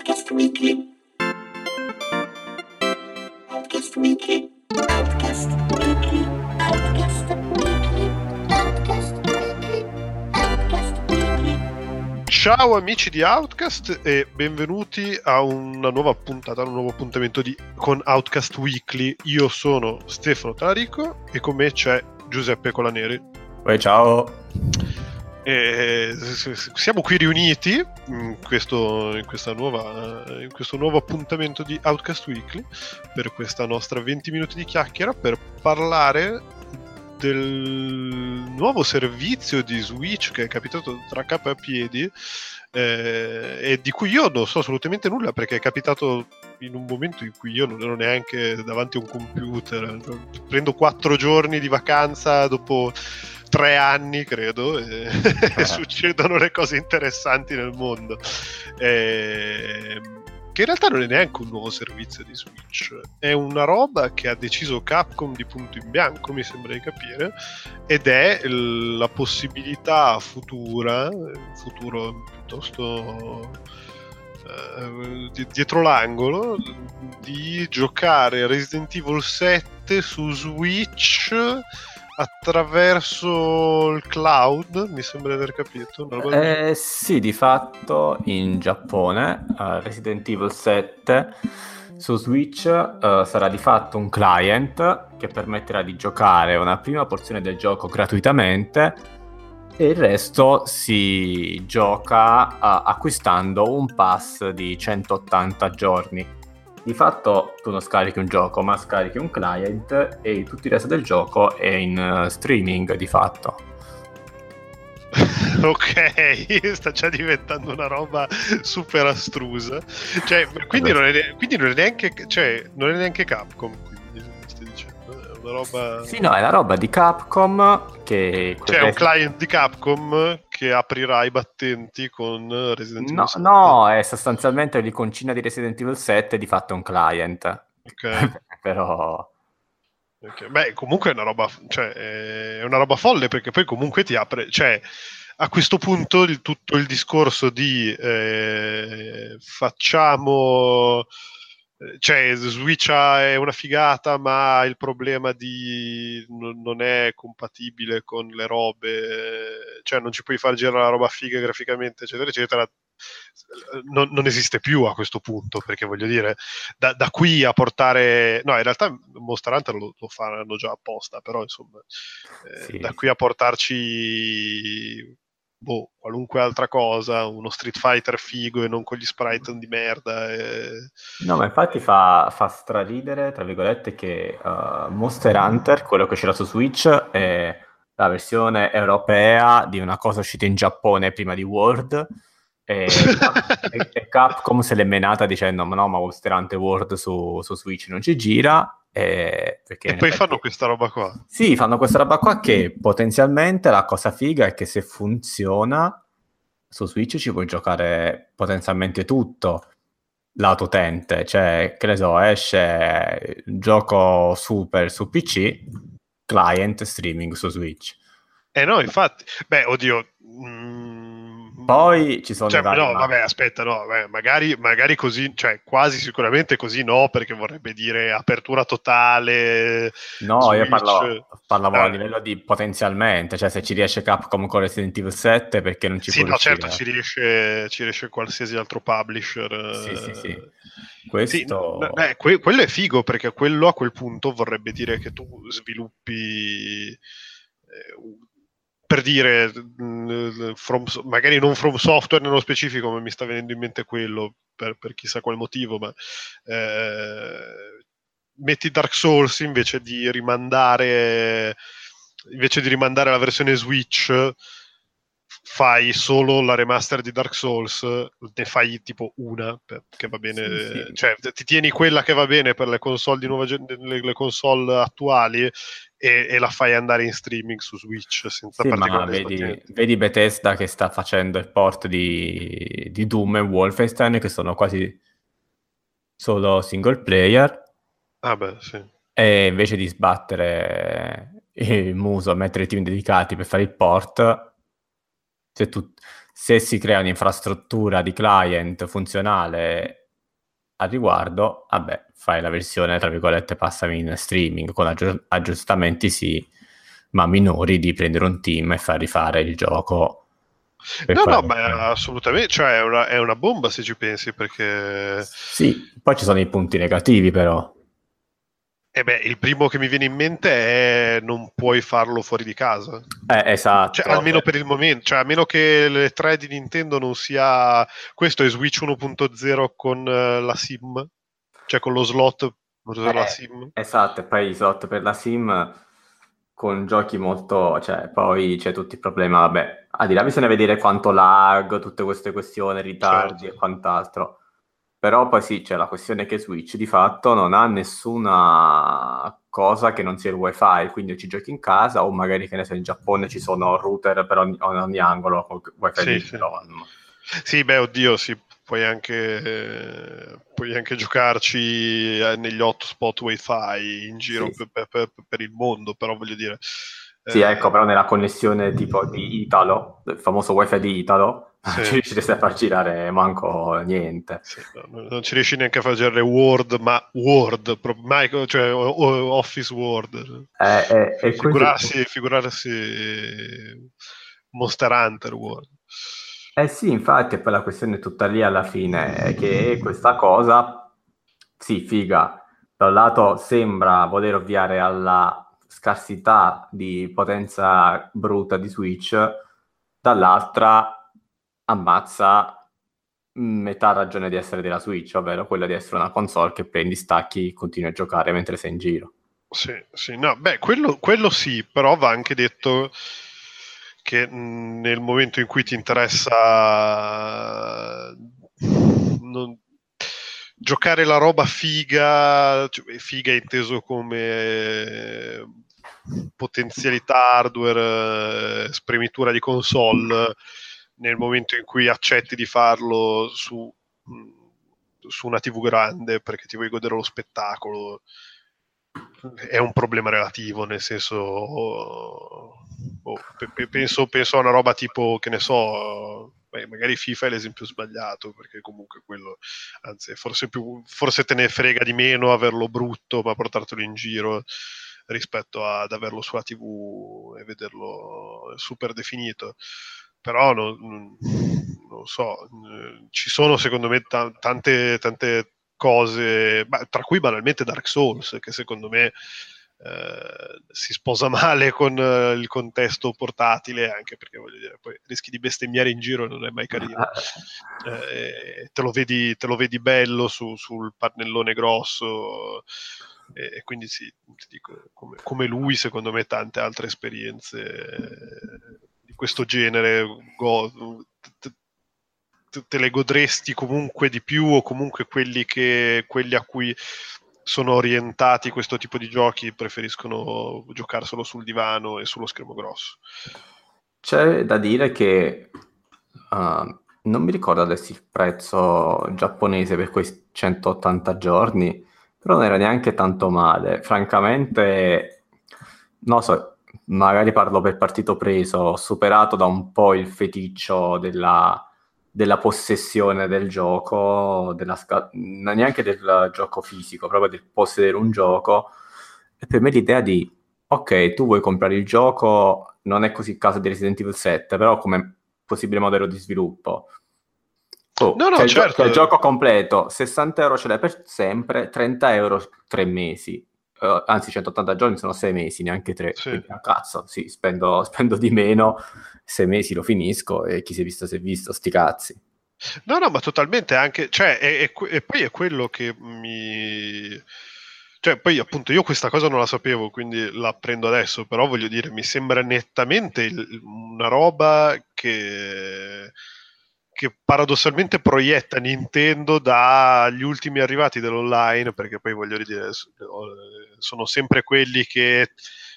Outcast Weekly. Outcast Weekly. Outcast Weekly. Outcast Weekly. Outcast Weekly. Outcast Weekly. Ciao amici di Outcast e benvenuti a una nuova puntata, a un nuovo appuntamento con Outcast Weekly. Io sono Stefano Talarico e con me c'è Giuseppe Colaneri. Ciao! Siamo qui riuniti in questo nuovo appuntamento di Outcast Weekly per questa nostra 20 minuti di chiacchiera per parlare del nuovo servizio di Switch che è capitato tra capo e piedi e di cui io non so assolutamente nulla perché è capitato in un momento in cui io non ero neanche davanti a un computer. Prendo 4 giorni di vacanza dopo 3 anni credo e succedono le cose interessanti nel mondo, che in realtà non è neanche un nuovo servizio di Switch, è una roba che ha deciso Capcom di punto in bianco, mi sembra di capire, ed è la possibilità futura, futuro piuttosto dietro l'angolo, di giocare Resident Evil 7 su Switch attraverso il cloud, mi sembra di aver capito. Sì, di fatto in Giappone Resident Evil 7 su Switch sarà di fatto un client che permetterà di giocare una prima porzione del gioco gratuitamente e il resto si gioca acquistando un pass di 180 giorni. Di fatto tu non scarichi un gioco, ma scarichi un client e tutto il resto del gioco è in streaming di fatto. Ok, sta già diventando una roba super astrusa. Cioè, quindi non è neanche, cioè, non è neanche Capcom, quindi stai dicendo, è una roba. Sì, no, è la roba di Capcom che. Cioè, è un client di Capcom che aprirà i battenti con Resident Evil 7. No, è sostanzialmente l'iconcina di Resident Evil 7, di fatto è un client. Ok. Però. Okay. Beh, comunque è una roba, cioè, è una roba folle perché poi comunque ti apre, cioè, a questo punto tutto il discorso di facciamo, cioè Switch è una figata ma il problema di non è compatibile con le robe, cioè non ci puoi far girare la roba figa graficamente eccetera eccetera, non esiste più a questo punto, perché voglio dire da qui a portare, no, in realtà Monster Hunter lo faranno già apposta, però insomma Sì, da qui a portarci qualunque altra cosa, uno Street Fighter figo e non con gli sprite di merda No, ma infatti fa straridere, tra virgolette, che Monster Hunter, quello che c'era su Switch, è la versione europea di una cosa uscita in Giappone prima di World, e Capcom se l'è menata dicendo ma no, ma Monster Hunter World su Switch non ci gira, perché e poi fanno questa roba qua. Sì, fanno questa roba qua che potenzialmente la cosa figa è che se funziona su Switch ci puoi giocare potenzialmente tutto lato utente, cioè che ne so, esce il gioco super su PC, client streaming su Switch. No, infatti, beh, oddio. Poi ci sono cioè, i vari no, vabbè, aspetta, no, magari così, cioè quasi sicuramente così no, perché vorrebbe dire apertura totale. No, Switch. io parlavo a livello di potenzialmente, cioè se ci riesce Capcom con Resident Evil 7 perché non ci Sì, può no, riuscire. certo, ci riesce qualsiasi altro publisher. Sì. Questo. Sì, quello è figo, perché quello a quel punto vorrebbe dire che tu sviluppi, per dire, magari non From Software nello specifico, ma mi sta venendo in mente quello per chissà qual motivo, ma metti Dark Souls invece di rimandare la versione Switch, fai solo la remaster di Dark Souls, ne fai tipo una che va bene, Sì. cioè ti tieni quella che va bene per le console di nuova le console attuali e la fai andare in streaming su Switch senza Sì, ma particolari vedi Bethesda che sta facendo il port di Doom e Wolfenstein, che sono quasi solo single player, Ah beh, sì. e invece di sbattere il muso a mettere i team dedicati per fare il port, se si crea un'infrastruttura di client funzionale al riguardo, vabbè, fai la versione, tra virgolette, passami in streaming, con aggiustamenti sì, ma minori, di prendere un team e far rifare il gioco. No, ma assolutamente, cioè è una bomba se ci pensi, perché Sì, poi ci sono i punti negativi però. il primo che mi viene in mente è non puoi farlo fuori di casa. Esatto. Cioè, almeno per il momento, cioè, a meno che le 3 di Nintendo non sia... Questo è Switch 1.0 con la SIM, cioè con lo slot per la SIM. Esatto, e poi i slot per la SIM con giochi molto, cioè poi c'è tutto il problema, vabbè, al di là bisogna vedere quanto lag, tutte queste questioni, ritardi Certo. e quant'altro. Però poi sì, c'è la questione che Switch di fatto non ha nessuna cosa che non sia il wifi, quindi ci giochi in casa o magari che ne so, in Giappone ci sono router per ogni angolo con wifi Sì, sì. libero. Sì, beh, oddio, sì, puoi anche giocarci negli hotspot wifi in giro Sì, sì. per il mondo, però voglio dire... Sì, ecco, eh, però nella connessione tipo di Italo, il famoso wifi di Italo, non ci sì. riuscireste a far girare manco niente. Sì, no, non ci riesci neanche a far girare Word, ma Word, cioè Office Word. E questo è il punto. Figurarsi Monster Hunter Word. Eh sì, infatti, e poi la questione è tutta lì alla fine, è che questa cosa, sì, figa, da un lato sembra voler ovviare alla scarsità di potenza bruta di Switch, dall'altra ammazza metà ragione di essere della Switch, ovvero quella di essere una console che prendi, stacchi, continui a giocare mentre sei in giro. Sì, sì, no, beh, quello sì, però va anche detto che nel momento in cui ti interessa giocare la roba figa, cioè, figa inteso come potenzialità hardware, spremitura di console, nel momento in cui accetti di farlo su una TV grande perché ti vuoi godere lo spettacolo, è un problema relativo, nel senso, penso a una roba tipo, che ne so, magari FIFA è l'esempio sbagliato, perché comunque quello, anzi, forse te ne frega di meno averlo brutto, ma portartelo in giro rispetto ad averlo sulla TV e vederlo super definito. Però non so, ci sono secondo me tante cose, tra cui banalmente Dark Souls, che secondo me si sposa male con il contesto portatile, anche perché voglio dire, poi rischi di bestemmiare in giro e non è mai carino. Te lo vedi bello sul pannellone grosso, e quindi sì, ti dico, come lui, secondo me tante altre esperienze di questo genere te le godresti comunque di più, o comunque quelli a cui sono orientati questo tipo di giochi preferiscono giocarselo sul divano e sullo schermo grosso. C'è da dire che non mi ricordo adesso il prezzo giapponese per quei 180 giorni, però non era neanche tanto male. Francamente, non so, magari parlo per partito preso, ho superato da un po' il feticcio della possessione del gioco, non neanche del gioco fisico, proprio del possedere un gioco. E per me l'idea di, ok, tu vuoi comprare il gioco, non è così il caso di Resident Evil 7, però come possibile modello di sviluppo. Oh, No, no, c'è il certo. gioco completo, 60 euro ce l'hai per sempre, 30 euro 3 mesi. Anzi, 180 giorni sono 6 mesi, neanche 3. Sì. Quindi, a cazzo, sì, spendo di meno, 6 mesi lo finisco e chi si è visto si è visto, sti cazzi. No, no, ma totalmente anche, cioè, e poi è quello che cioè, poi appunto io questa cosa non la sapevo, quindi la apprendo adesso, però voglio dire, mi sembra nettamente una roba che paradossalmente proietta Nintendo dagli ultimi arrivati dell'online, perché poi voglio dire, sono sempre quelli che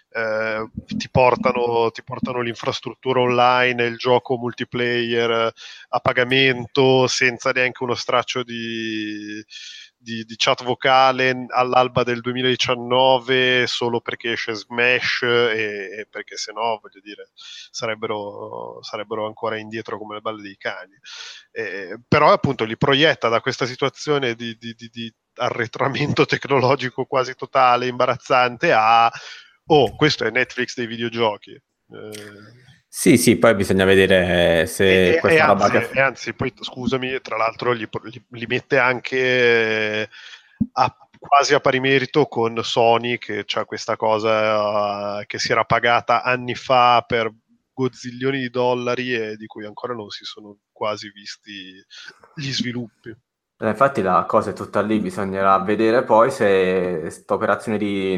ti portano l'infrastruttura online, il gioco multiplayer a pagamento senza neanche uno straccio di chat vocale all'alba del 2019 solo perché esce Smash e perché se no, voglio dire, sarebbero ancora indietro come le balle dei cani. Però appunto li proietta da questa situazione di arretramento tecnologico quasi totale, imbarazzante, a questo è Netflix dei videogiochi. Sì, poi bisogna vedere se questa roba anzi, poi scusami, tra l'altro li mette anche quasi a pari merito con Sony, che c'ha questa cosa che si era pagata anni fa per gozzillioni di dollari e di cui ancora non si sono quasi visti gli sviluppi. Infatti la cosa è tutta lì, bisognerà vedere poi se questa operazione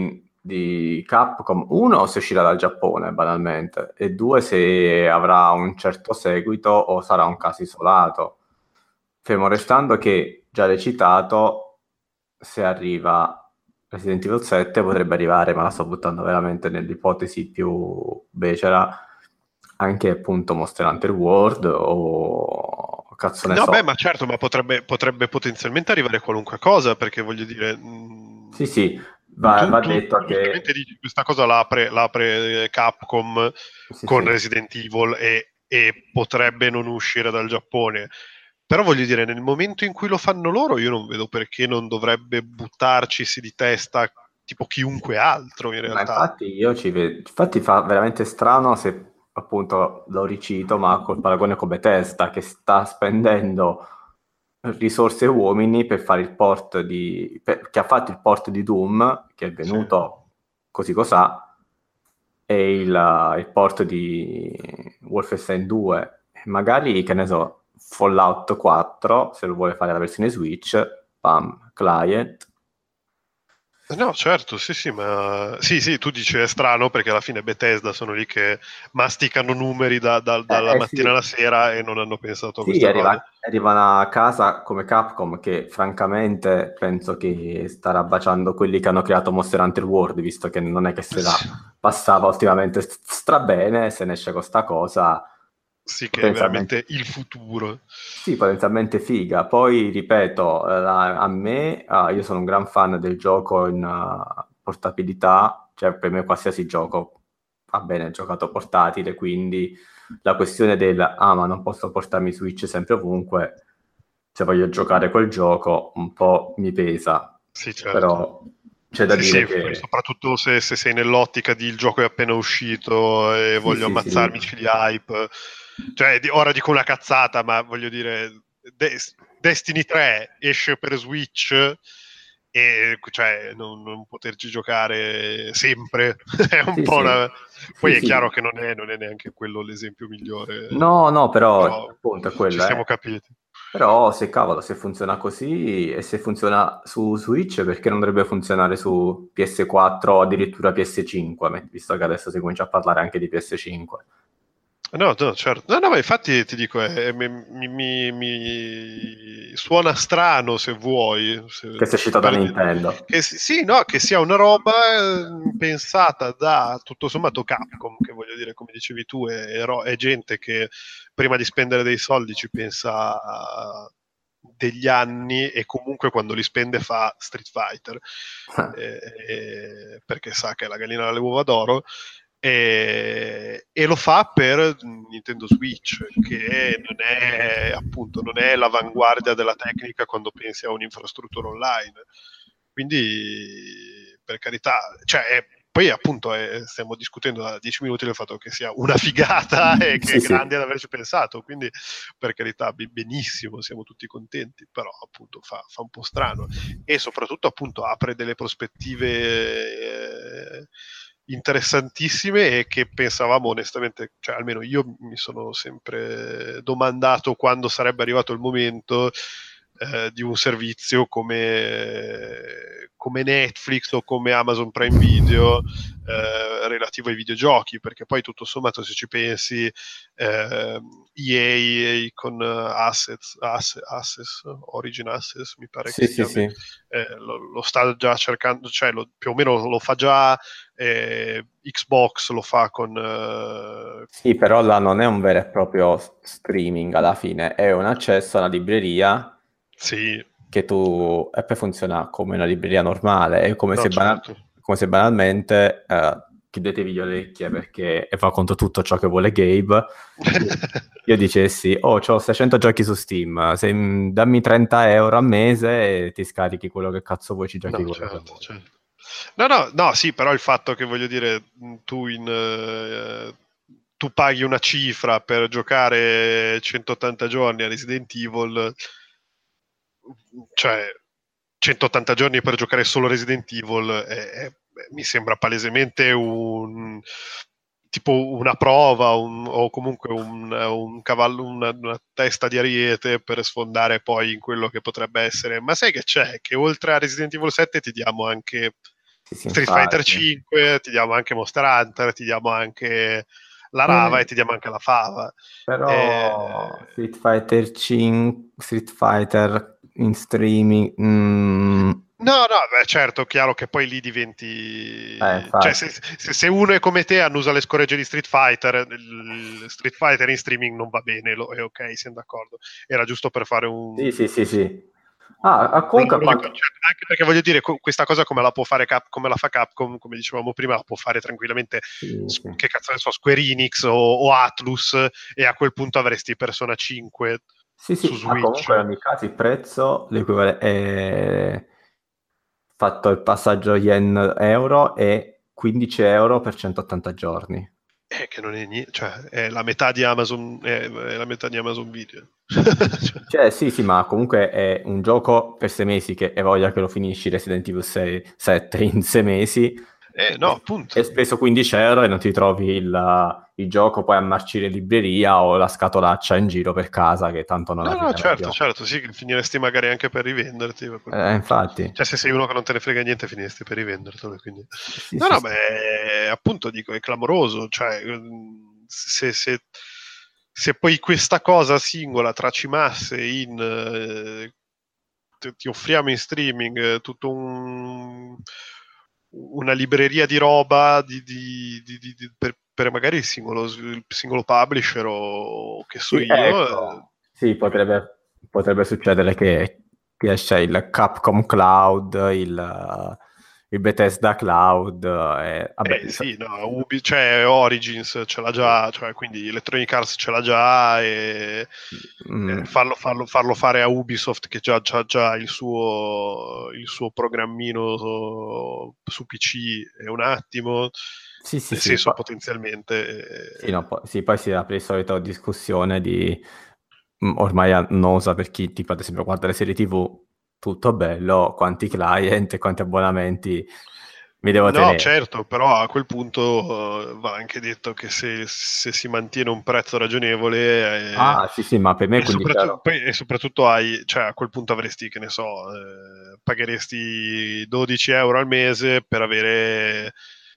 di Capcom, uno, se uscirà dal Giappone banalmente, e due, se avrà un certo seguito o sarà un caso isolato. Fermo restando che, già recitato, se arriva Resident Evil 7 potrebbe arrivare, ma la sto buttando veramente nell'ipotesi più becera, anche appunto Monster Hunter World o cazzo ne so. Beh, ma certo, ma potrebbe potenzialmente arrivare qualunque cosa, perché voglio dire... Sì, va detto che... Questa cosa l'apre Capcom con Resident Evil e potrebbe non uscire dal Giappone. Però voglio dire, nel momento in cui lo fanno loro, io non vedo perché non dovrebbe buttarcisi di testa tipo chiunque altro, in realtà. Ma infatti fa veramente strano se appunto lo ricito, ma col paragone con Bethesda, che sta spendendo risorse e uomini per fare il port che ha fatto il port di Doom, che è venuto così cosà, e il port di Wolfenstein 2, magari, che ne so, Fallout 4, se lo vuole fare la versione Switch, bam, client. No, certo, sì, ma sì, tu dici è strano perché alla fine Bethesda sono lì che masticano numeri dalla mattina alla sera e non hanno pensato a questa cosa. Arrivano a casa come Capcom, che francamente penso che starà baciando quelli che hanno creato Monster Hunter World, visto che non è che se la passava ultimamente strabene, se ne esce con sta cosa. Sì, che è veramente il futuro. Sì, potenzialmente figa. Poi, ripeto, a me, io sono un gran fan del gioco in portabilità, cioè per me qualsiasi gioco va bene giocato portatile, quindi la questione ma non posso portarmi Switch sempre ovunque, se voglio giocare quel gioco un po' mi pesa. Sì, certo. Però c'è da dire che... soprattutto se sei nell'ottica di il gioco è appena uscito e voglio ammazzarmi gli hype. Cioè, ora dico una cazzata, ma voglio dire, Destiny 3 esce per Switch e cioè non poterci giocare sempre è un po' una... Poi è chiaro che non è neanche quello l'esempio migliore. No, però appunto è quello. Ci siamo capiti. Però se funziona così e se funziona su Switch, perché non dovrebbe funzionare su PS4 o addirittura PS5, visto che adesso si comincia a parlare anche di PS5. No, certo. No, ma infatti ti dico, mi suona strano, se vuoi. Che sia uscito da Nintendo. Che sia una roba pensata da, tutto sommato, Capcom, che voglio dire, come dicevi tu, è gente che prima di spendere dei soldi ci pensa degli anni e comunque quando li spende fa Street Fighter, perché sa che è la gallina dalle uova d'oro. E lo fa per Nintendo Switch, che non è l'avanguardia della tecnica quando pensi a un'infrastruttura online. Quindi, per carità, poi appunto stiamo discutendo da 10 minuti del fatto che sia una figata e che è grande ad averci pensato, quindi per carità benissimo, siamo tutti contenti, però appunto fa un po' strano e soprattutto appunto apre delle prospettive interessantissime e che pensavamo onestamente, cioè almeno io mi sono sempre domandato quando sarebbe arrivato il momento di un servizio come Netflix o come Amazon Prime Video relativo ai videogiochi, perché poi tutto sommato se ci pensi EA con Origin Access mi pare che si chiami. Lo sta già cercando, cioè più o meno lo fa già, Xbox lo fa con... Sì, però là non è un vero e proprio streaming alla fine, è un accesso alla libreria. Sì. che tu e poi funziona come una libreria normale, è come No, se, certo. come se banalmente chiudetevi le orecchie perché e fa contro tutto ciò che vuole Gabe. Io dicessi, oh, c'ho 600 giochi su Steam, dammi 30 euro a mese e ti scarichi quello che cazzo vuoi, ci giochi No, quello che certo, vuoi. certo. No, sì, però il fatto che voglio dire, tu paghi una cifra per giocare 180 giorni a Resident Evil, cioè 180 giorni per giocare solo Resident Evil mi sembra palesemente tipo una prova o comunque un cavallo, una testa di ariete per sfondare poi in quello che potrebbe essere. Ma sai che c'è? Che oltre a Resident Evil 7 ti diamo anche Sì, Street Fighter infatti. 5, ti diamo anche Monster Hunter, ti diamo anche la Rava Eh, e ti diamo anche la Fava. Eh, Però Street Fighter 5, Street Fighter in streaming, No, beh, certo, chiaro che poi lì diventi. Cioè, infatti. se uno è come te, annusa le scoregge di Street Fighter, il Street Fighter in streaming non va bene, è ok, siamo d'accordo. Era giusto per fare Sì, sì, sì, un sì. Comunque a lavoro di quanto... concetto, anche perché voglio dire, questa cosa come la può fare come la fa Capcom, come dicevamo prima, la può fare tranquillamente, Sì, sì. che cazzo ne so, Square Enix o Atlus, e a quel punto avresti Persona 5 Sì, su sì, ma Switch. comunque in ogni caso il prezzo è fatto il passaggio yen-euro e 15 euro per 180 giorni. Che non è niente, cioè è la metà di Amazon, è la metà di Amazon Video. Cioè, Cioè, sì, sì, ma comunque è un gioco per 6 mesi che è voglia che lo finisci Resident Evil 6, 7 in 6 mesi. no, appunto. Hai speso 15 euro e non ti trovi il gioco poi a marcire in libreria o la scatolaccia in giro per casa che tanto non la No, prenderai più. certo, sì, che finiresti magari anche per rivenderti a quel punto. Infatti. Cioè, se sei uno che non te ne frega niente, finiresti per rivendertelo. Quindi. Sì, sì, No, sì. beh, appunto dico, è clamoroso. Cioè, se poi questa cosa singola tracimasse in ti offriamo in streaming tutto una libreria di roba per magari il singolo publisher o che so Sì, io, ecco. Sì, diventa. potrebbe succedere che esce il Capcom Cloud, il Bethesda Cloud. Vabbè, Sì, no, cioè Origins ce l'ha sì. già, cioè, quindi Electronic Arts ce l'ha già e Mm, farlo fare a Ubisoft che già il suo programmino su PC è un attimo, sì, sì, nel sì. senso potenzialmente. Sì, no, sì, poi si apre il solito discussione di ormai annosa per chi tipo ad esempio guarda le serie TV, tutto bello, quanti client e quanti abbonamenti mi devo No, tenere. certo, però a quel punto va anche detto che se si mantiene un prezzo ragionevole Ah, sì, sì, ma per me e 15 soprattutto, euro. e soprattutto cioè a quel punto avresti, che ne so, pagheresti 12 euro al mese per avere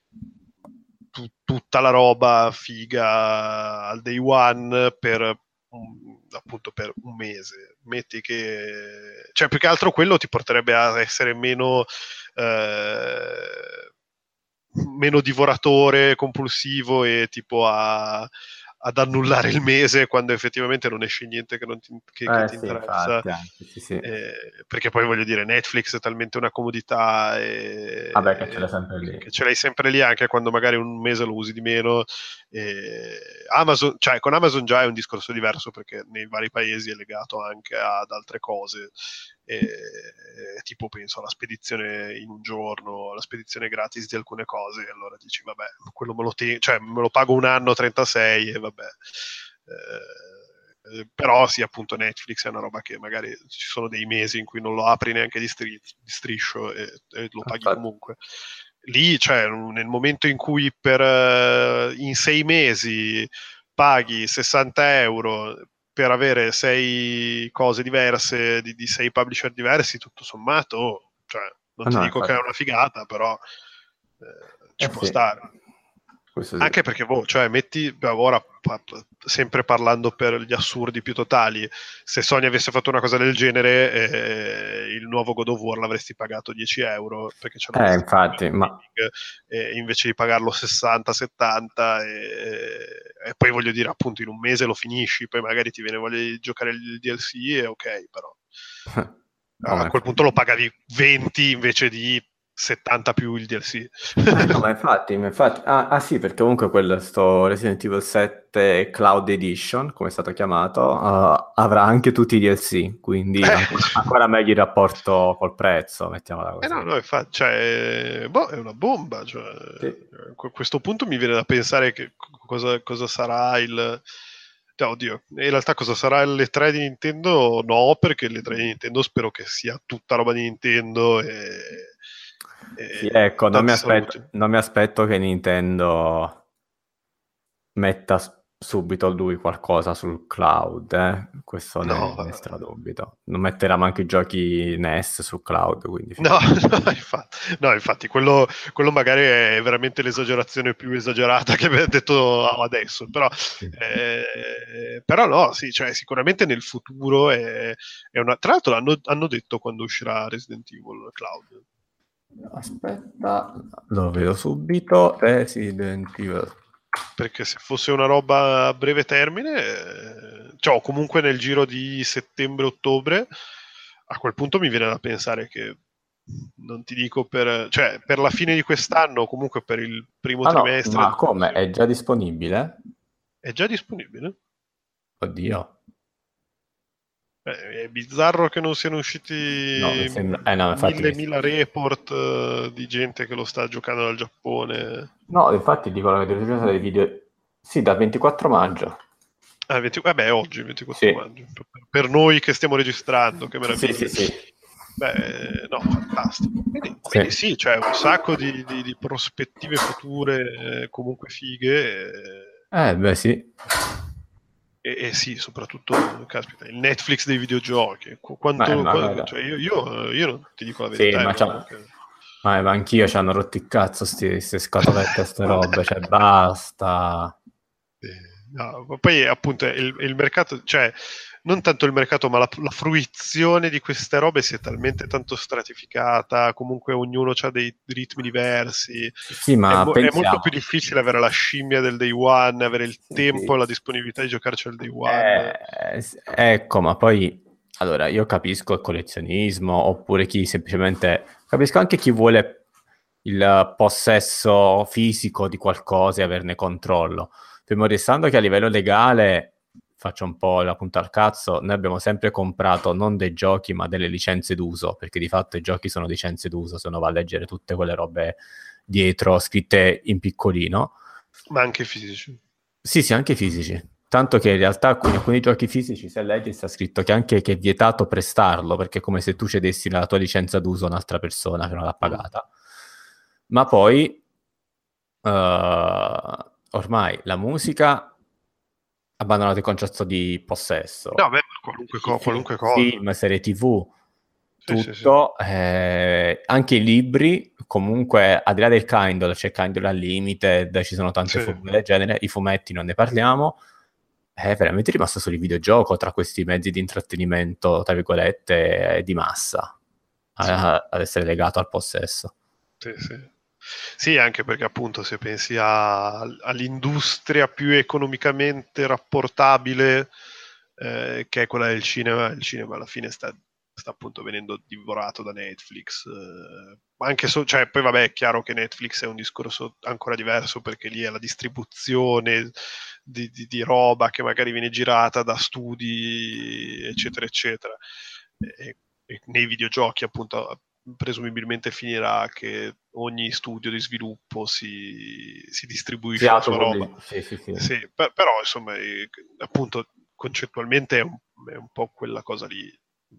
tutta la roba figa al day one appunto per un mese. Metti che. Cioè, più che altro quello ti porterebbe a essere meno divoratore compulsivo e tipo ad annullare il mese quando effettivamente non esce niente che ti Sì, interessa. infatti, anche, sì, sì. Perché poi voglio dire, Netflix è talmente una comodità Vabbè, che ce l'hai sempre che lì. ce l'hai sempre lì anche quando magari un mese lo usi di meno. Amazon, cioè con Amazon già è un discorso diverso perché nei vari paesi è legato anche ad altre cose, tipo penso alla spedizione in un giorno, alla spedizione gratis di alcune cose, e allora dici vabbè, quello cioè, me lo pago un anno 36 e vabbè. Però sì, appunto Netflix è una roba che magari ci sono dei mesi in cui non lo apri neanche di striscio e lo paghi Infatti, comunque. Lì, cioè, nel momento in cui in 6 mesi paghi 60 euro per avere 6 cose diverse di 6 publisher diversi, tutto sommato, cioè, non ti no, dico che è infatti. una figata, però ci può Sì, stare. questo sì. Anche perché, cioè, metti, beh, ora sempre parlando per gli assurdi più totali, se Sony avesse fatto una cosa del genere, il nuovo God of War l'avresti pagato 10 euro perché ce l'avresti Infatti, ma invece di pagarlo 60-70 e poi voglio dire, appunto, in un mese lo finisci, poi magari ti viene voglia di giocare il DLC e ok, però. A quel punto lo pagavi 20 invece di 70 più il DLC. No, ma infatti, sì, perché comunque sto Resident Evil 7 Cloud Edition, come è stato chiamato, avrà anche tutti i DLC, quindi ancora meglio il rapporto col prezzo, mettiamola così. No, infatti, cioè, è una bomba. Cioè, Sì. A questo punto mi viene da pensare che cosa sarà il... Cioè, oddio, in realtà cosa sarà l'E3 di Nintendo? No, perché l'E3 di Nintendo spero che sia tutta roba di Nintendo Sì, ecco, non tanti mi saluti. aspetto che Nintendo metta subito lui qualcosa sul cloud, questo No, ne stradubito. Non metterà manco i giochi NES sul cloud, quindi no, infatti quello magari è veramente l'esagerazione più esagerata che abbiamo detto adesso, però no, sì, cioè sicuramente nel futuro è una... Tra l'altro hanno detto quando uscirà Resident Evil Cloud. Aspetta, lo vedo subito. Resident Evil. Perché se fosse una roba a breve termine, cioè o comunque nel giro di settembre-ottobre, a quel punto mi viene da pensare che non ti dico cioè per la fine di quest'anno o comunque per il primo Ah no, trimestre ma del come? prossimo. È già disponibile? È già disponibile? Oddio. È bizzarro che non siano usciti No, mi sembra... no, infatti mille report di gente che lo sta giocando dal Giappone. No, infatti dicono che deve essere dei video... Sì, dal 24 maggio. Oggi, 24 Sì. maggio. Per noi che stiamo registrando, che Sì, meraviglia. sì. No, fantastico. Quindi sì, c'è un sacco di prospettive future comunque fighe. Beh, sì. E sì, soprattutto, caspita, il Netflix dei videogiochi. Ma Cioè io non ti dico la sì, verità, ma, non che... ma anch'io ci hanno rotto il cazzo queste scatolette, queste robe, cioè basta. No, ma poi appunto il mercato, cioè non tanto il mercato, ma la fruizione di queste robe si è talmente tanto stratificata, comunque ognuno ha dei ritmi diversi, Sì, ma è molto pensiamo. più difficile avere la scimmia del day one, avere il tempo e Sì. la disponibilità di giocarci al day one. Ecco, ma poi, allora, io capisco il collezionismo, oppure chi semplicemente... Capisco anche chi vuole il possesso fisico di qualcosa e averne controllo. Fermo restando che a livello legale, faccio un po' la punta al cazzo, noi abbiamo sempre comprato non dei giochi, ma delle licenze d'uso, perché di fatto i giochi sono licenze d'uso, se uno va a leggere tutte quelle robe dietro, scritte in piccolino. Ma anche fisici. Sì, anche fisici. Tanto che in realtà alcuni giochi fisici, se leggi, sta scritto che anche che è vietato prestarlo, perché è come se tu cedessi la tua licenza d'uso a un'altra persona che non l'ha pagata. Ma poi, ormai la musica ha abbandonato il concetto di possesso. No, beh, qualunque cosa. Film, serie TV, Sì. tutto. Anche i libri, comunque, al di là del Kindle, c'è Kindle Unlimited, ci sono tante Sì. formule del genere, i fumetti non ne parliamo. È veramente rimasto solo il videogioco tra questi mezzi di intrattenimento, tra virgolette, di massa, ad essere legato al possesso. Sì. Sì, anche perché appunto se pensi all'industria più economicamente rapportabile, che è quella del cinema, il cinema alla fine sta appunto venendo divorato da Netflix. Anche cioè, poi vabbè, è chiaro che Netflix è un discorso ancora diverso perché lì è la distribuzione di roba che magari viene girata da studi, eccetera, eccetera. E nei videogiochi appunto presumibilmente finirà che ogni studio di sviluppo si distribuisce la sua roba. Sì. Però insomma appunto concettualmente è un po' quella cosa lì,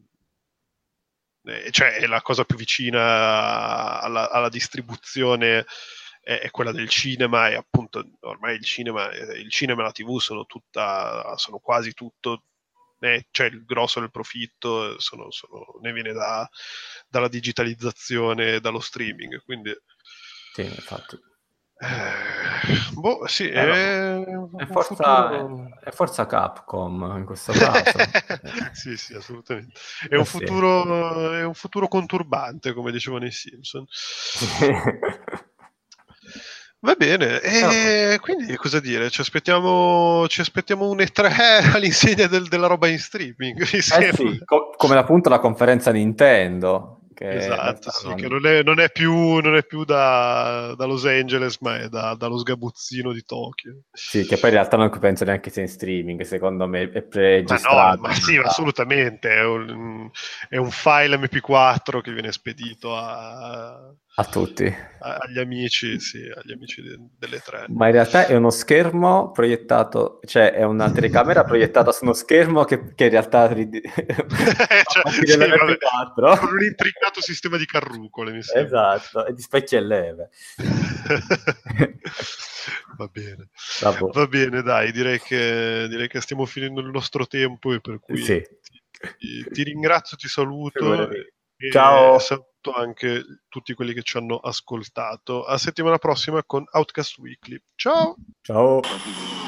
cioè è la cosa più vicina alla distribuzione, è quella del cinema, e appunto ormai il cinema e la TV sono quasi tutto, cioè il grosso del profitto ne viene dalla digitalizzazione, dallo streaming, quindi Sì, infatti. Sì, È un futuro... forza Capcom in questo caso. Sì, assolutamente. È un futuro conturbante, come dicevano i Simpson. Va bene, e quindi cosa dire? Ci aspettiamo un E3 all'insegna della roba in streaming, mi sembra. Sì, come appunto la conferenza Nintendo, che in Esatto, realtà sì, che non è più da Los Angeles, ma è dallo sgabuzzino di Tokyo. Sì, che poi in realtà non penso neanche sia in streaming, secondo me è Ma no, preregistrato. ma sì, assolutamente, è un file MP4 che viene spedito A tutti. agli amici, sì, agli amici delle tre. Ma in realtà è uno schermo proiettato, cioè è una telecamera proiettata su uno schermo che in realtà fa Cioè, partire sì, vabbè, con l'MP4. un intricato sistema di carrucole, mi sembra. Esatto, e di specchi e leve. Va bene. Vabbè. Va bene, dai, direi che stiamo finendo il nostro tempo e per cui Sì. ti ringrazio, ti saluto Figurati. e Ciao. saluto anche tutti quelli che ci hanno ascoltato. A settimana prossima con Outcast Weekly. Ciao! Ciao.